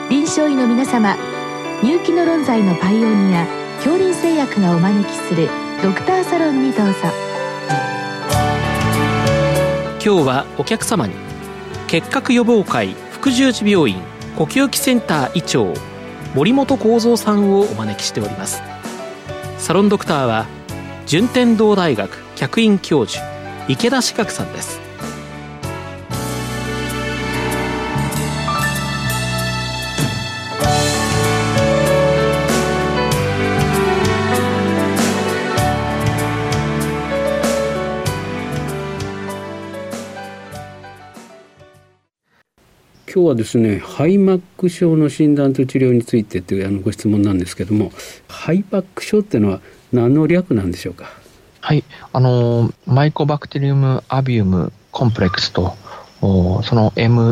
臨床医の皆様、入気の論剤のパイオニア恐林製薬がお招きするドクターサロンにどうぞ。 今日はお客様に結核予防会福十字病院呼吸器センター医長森本幸三さんをお招きしております。サロンドクターは順天堂大学客員教授池田志学さんです。 今日はですね、肺膜症の診断と治療についてというご質問なんですけども、肺膜症っていうのは何の略なんでしょうか？ はい、マイコバクテリウムアビウムコンプレックスと、その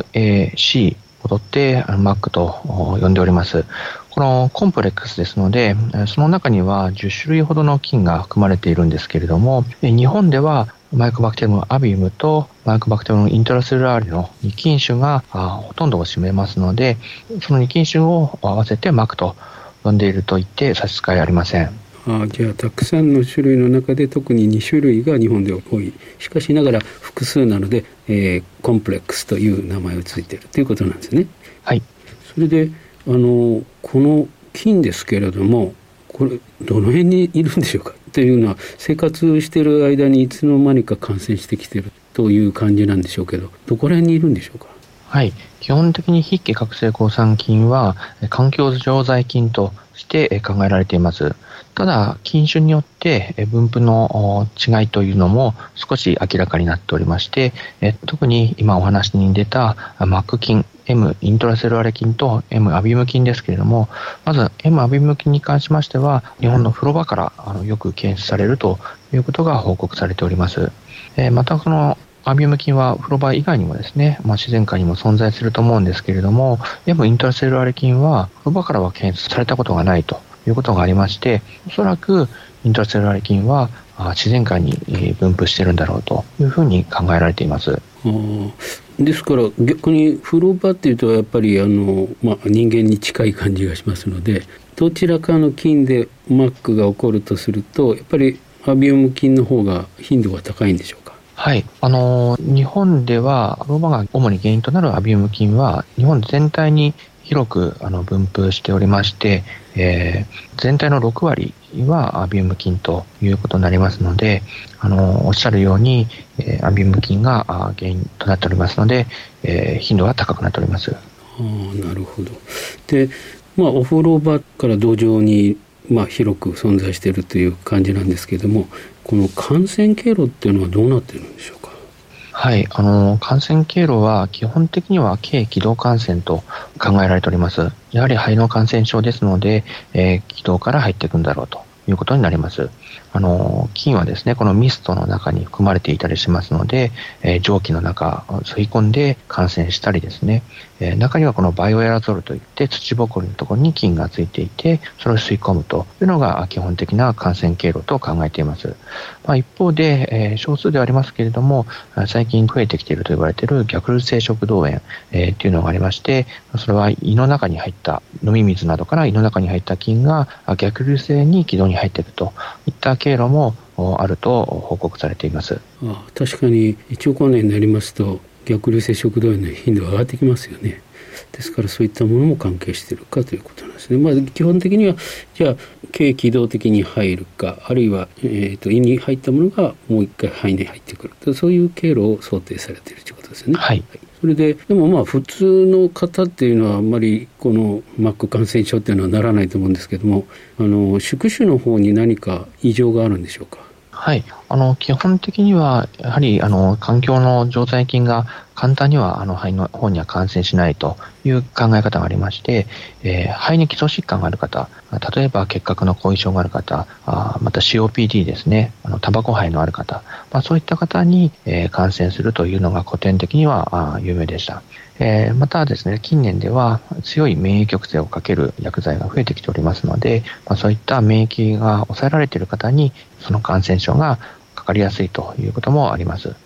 MAC を取ってMAC と呼んでおります。このコンプレックスですので、その中には10種類ほどの菌が含まれているんですけれども、日本ではマイコバクテリウムアビウムとマイコバクテリウムイントラセルラーレの2菌種がほとんどを占めますので、その2菌種を合わせてMACと呼んでいると言って差し支えありません。 じゃあたくさんの種類の中で特に2種類が日本で多い。しかしながら複数なので、コンプレックスという名前をついているということなんですね。 はい。 それでこの菌ですけれども、これどの辺にいるんでしょうかというのは、生活している間にいつの間にか感染してきているという感じなんでしょうけど、どこら辺にいるんでしょうか？ はい、基本的に非結核性抗酸菌は環境常在菌として考えられています。ただ菌種によって分布の違いというのも少し明らかになっておりまして、特に今お話に出たMAC菌、M イントラセルアレ菌と M アビウム菌ですけれども、まず M アビウム菌に関しましては日本の風呂場からよく検出されるということが報告されております。またそのアビウム菌は風呂場以外にもですね、自然界にも存在すると思うんですけれども、M イントラセルアレ菌は風呂場からは検出されたことがないということがありまして、おそらくイントラセルアレ菌は自然界に分布しているんだろうというふうに考えられています。 ですから逆に風呂場っていうとやっぱり人間に近い感じがしますので、どちらかの菌でMACが起こるとするとやっぱりアビウム菌の方が頻度が高いんでしょうか？ はい、日本では風呂場が主に原因となるアビウム菌は日本全体に広く分布しておりまして、全体の6割はアビウム菌ということになりますので、おっしゃるように、アビウム菌が原因となっておりますので、頻度が高くなっております。 なるほど。で、お風呂場から土壌に広く存在しているという感じなんですけれども、この感染経路っていうのはどうなっているんでしょうか？ はい、感染経路は基本的には経気道感染と考えられております。やはり肺の感染症ですので、気道から入っていくんだろうということになります。菌はですね、このミストの中に含まれていたりしますので、蒸気の中を吸い込んで感染したりですね、中にはこのバイオエアロゾルといって土ぼこりのところに菌がついていて、それを吸い込むというのが基本的な感染経路と考えています。一方で、少数ではありますけれども、最近増えてきていると言われている逆流性食道炎、というのがありまして、それは胃の中に入った飲み水などから胃の中に入った菌が逆流性に気道に入っていくといった経路もあると報告されています。 確かに胃腸管炎になりますと逆流性食道炎の頻度が上がってきますよね。ですからそういったものも関係しているかということなんですね。基本的にはじゃあ経気道的に入るか、あるいは、胃に入ったものがもう一回肺に入ってくると、そういう経路を想定されているということですよね。 はい。 それでも普通の方っていうのはあんまりこのMAC感染症っていうのはならないと思うんですけども、宿主の方に何か異常があるんでしょうか？ はい、基本的にはやはり環境の常在菌が簡単には肺の方には感染しないという考え方がありまして、肺に基礎疾患がある方、例えば結核の後遺症がある方、また COPD ですね、タバコ肺のある方、そういった方に、感染するというのが古典的には有名でした。またですね、近年では強い免疫抑制をかける薬剤が増えてきておりますので、そういった免疫が抑えられている方にその感染症がかかりやすいということもあります。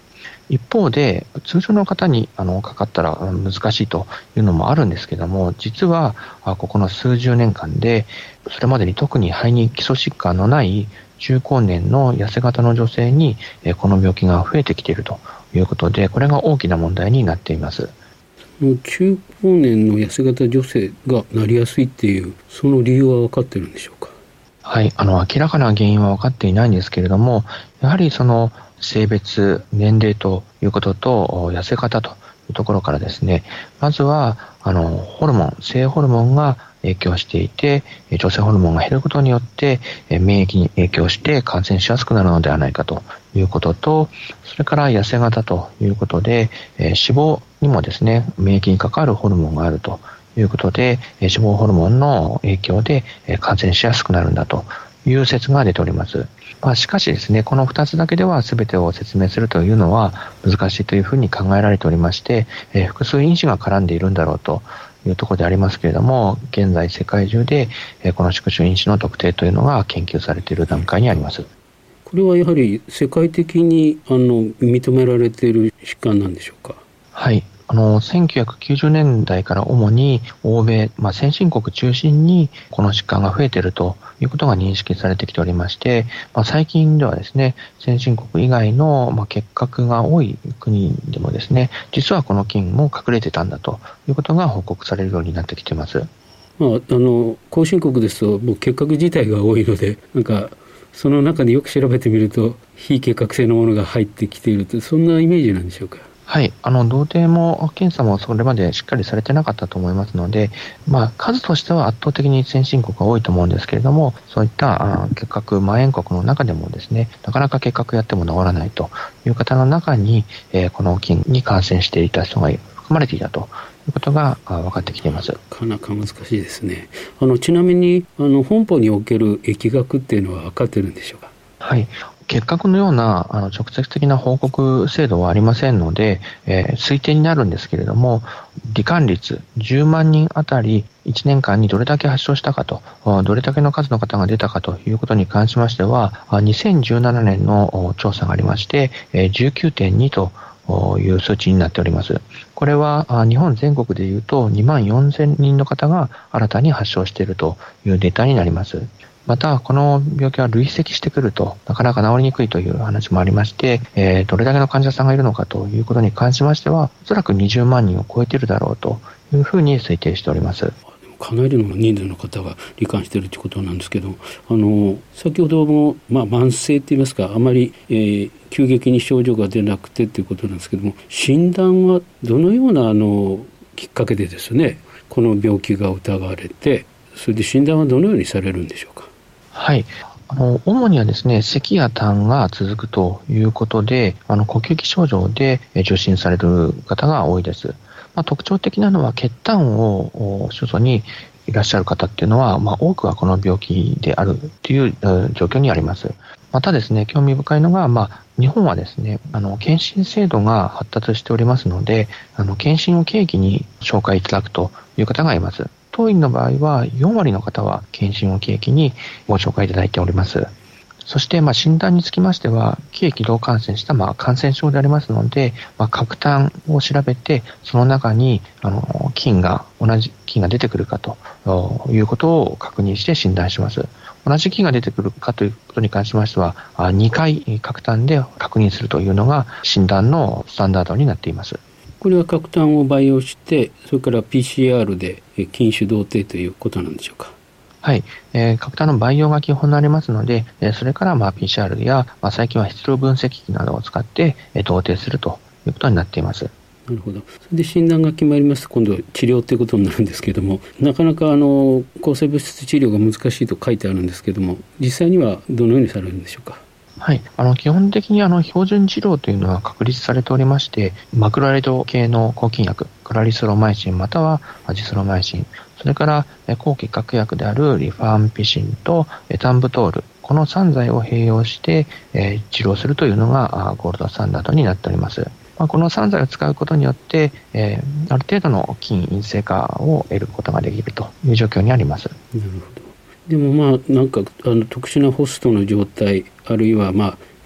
一方で通常の方にかかったら難しいというのもあるんですけども、実はここの数十年間でそれまでに特に肺に基礎疾患のない中高年の痩せ型の女性にこの病気が増えてきているということで、これが大きな問題になっています。 中高年の痩せ型女性がなりやすいっていうその理由は分かってるんでしょうか？ はい、明らかな原因は分かっていないんですけれども、やはりその性別、年齢ということと痩せ方というところからですね、まずはホルモン、性ホルモンが影響していて、女性ホルモンが減ることによって免疫に影響して感染しやすくなるのではないかということと、それから痩せ型ということで脂肪にもですね免疫に関わるホルモンがあるということで、脂肪ホルモンの影響で感染しやすくなるんだという説が出ております。しかしですね、この2つだけでは全てを説明するというのは難しいというふうに考えられておりまして、複数因子が絡んでいるんだろうというところでありますけれども、現在世界中でこの宿主因子の特定というのが研究されている段階にあります。 これはやはり世界的に認められている疾患なんでしょうか？はい。 1990年代から主に欧米、先進国中心にこの疾患が増えているということが認識されてきておりまして、最近ではですね、先進国以外の結核が多い国でもですね、実はこの菌も隠れてたんだということが報告されるようになってきています。 後進国ですともう結核自体が多いので、その中でよく調べてみると非結核性のものが入ってきていると、そんなイメージなんでしょうか？ はい、同定も検査もそれまでしっかりされてなかったと思いますので、数としては圧倒的に先進国が多いと思うんですけれども、そういった結核蔓延国の中でもですね、なかなか結核やっても治らないという方の中に、この菌に感染していた人が含まれていたということが分かってきています。 なかなか難しいですね。ちなみに本邦における疫学っていうのは分かってるんでしょうか？ はい、結核のような直接的な報告制度はありませんので、推定になるんですけれども、罹患率10万人あたり1年間にどれだけ発症したかと、どれだけの数の方が出たかということに関しましては、2017年の調査がありまして、19.2 という数値になっております。これは日本全国でいうと2万4000人の方が新たに発症しているというデータになります。また、この病気は累積してくるとなかなか治りにくいという話もありまして、どれだけの患者さんがいるのかということに関しましては、おそらく20万人を超えているだろうというふうに推定しております。 かなりの人数の方が罹患しているということなんですけど、先ほども、慢性といいますか、あまり、急激に症状が出なくてということなんですけども、診断はどのようなきっかけでですね、この病気が疑われて、それで診断はどのようにされるんでしょうか？ はい。主にはですね、咳や痰が続くということで、呼吸器症状で受診される方が多いです。特徴的なのは血痰を主訴にいらっしゃる方っていうのは、多くはこの病気であるという状況にあります。またですね、興味深いのが、日本はですね、検診制度が発達しておりますので、検診を契機に紹介いただくという方がいます。当院の場合は4割の方は検診を契機にご紹介いただいております。そして診断につきましては、気気道感染した感染症でありますので、核痰を調べて、その中に同じ菌が出てくるかということを確認して診断します。同じ菌が出てくるかということに関しましては、2回核痰で確認するというのが診断のスタンダードになっています。 これは核痰を培養して、それから PCR で菌種同定ということなんでしょうか？ はい、核痰の培養が基本になりますので、それからPCR や、最近は質量分析機などを使って同定するということになっています。 なるほど。それで診断が決まりますと、今度は治療ということになるんですけれども、なかなか抗生物質治療が難しいと書いてあるんですけれども、実際にはどのようにされるんでしょうか？ はい、基本的に標準治療というのは確立されておりまして、マクロレイド系の抗菌薬、クラリスロマイシンまたはアジスロマイシン、それから抗結核薬であるリファンピシンとエタンブトール、この3剤を併用して治療するというのがゴールドスタンダードになっております。この3剤を使うことによって、ある程度の菌陰性化を得ることができるという状況にあります。なるほど。 でも特殊なホストの状態、あるいは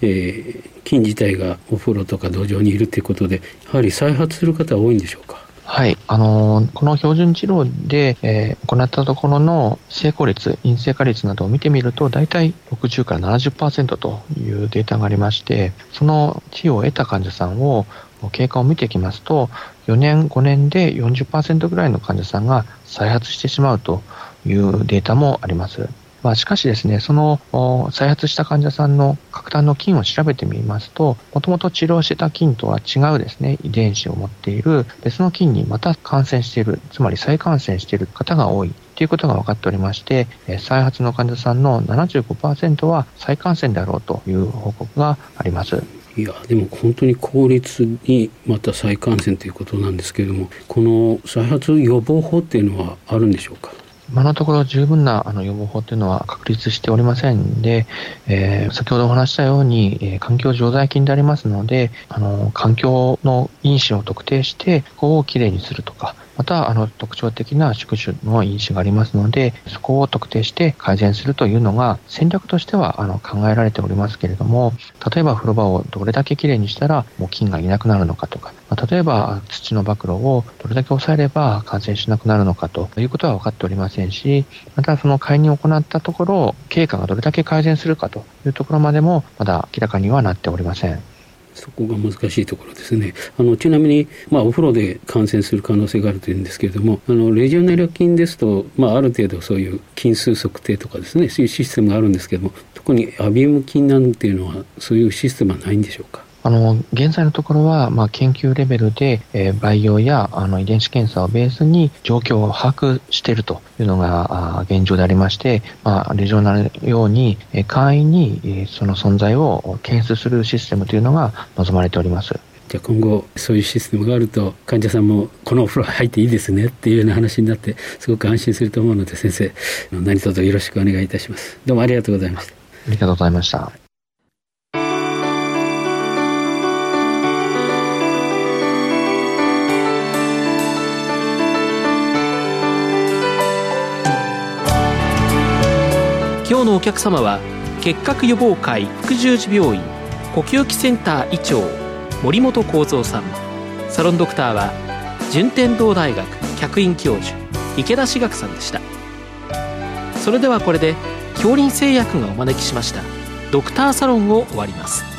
菌自体がお風呂とか土壌にいるということで、やはり再発する方は多いんでしょうか？ はい。この標準治療で、行ったところの成功率、陰性化率などを見てみると、大体60から 70% というデータがありまして、その治療を得た患者さんを経過を見てきますと、4年、5年で 40% ぐらいの患者さんが再発してしまうというデータもあります。しかしですね、その再発した患者さんの核端の菌を調べてみますと、もともと治療してた菌とは違うですね、遺伝子を持っている別の菌にまた感染している、つまり再感染している方が多いということが分かっておりまして、再発の患者さんの 75% は再感染であろうという報告があります。 いやでも本当に効率にまた再感染ということなんですけれども、この再発予防法っていうのはあるんでしょうか？ 今のところ十分な予防法というのは確立しておりませんで、先ほどお話したように、環境常在菌でありますので、環境の因子を特定してここをきれいにするとか、また特徴的な宿主の因子がありますので、そこを特定して改善するというのが戦略としては考えられておりますけれども、例えば風呂場をどれだけきれいにしたらもう菌がいなくなるのかとか、例えば土の暴露をどれだけ抑えれば感染しなくなるのかということは分かっておりませんし、またその介入を行ったところ経過がどれだけ改善するかというところまでもまだ明らかにはなっておりません。 そこが難しいところですね。ちなみに、お風呂で感染する可能性があるというんですけれども、レジオネラ菌ですと、ある程度そういう菌数測定とかですね、そういうシステムがあるんですけれども、特にアビウム菌なんていうのはそういうシステムはないんでしょうか？ 現在のところは、研究レベルで、培養や遺伝子検査をベースに状況を把握しているというのが現状でありまして、レジオネラのように簡易にその存在を検出するシステムというのが望まれております。 じゃあ今後そういうシステムがあると患者さんもこのお風呂入っていいですねっていうような話になってすごく安心すると思うので、先生何卒よろしくお願いいたします。どうもありがとうございました。 ありがとうございました。 今日のお客様は結核予防会福十字病院呼吸器センター医長森本幸三さん、サロンドクターは順天堂大学客員教授池田志学さんでした。それではこれで恐林製薬がお招きしましたドクターサロンを終わります。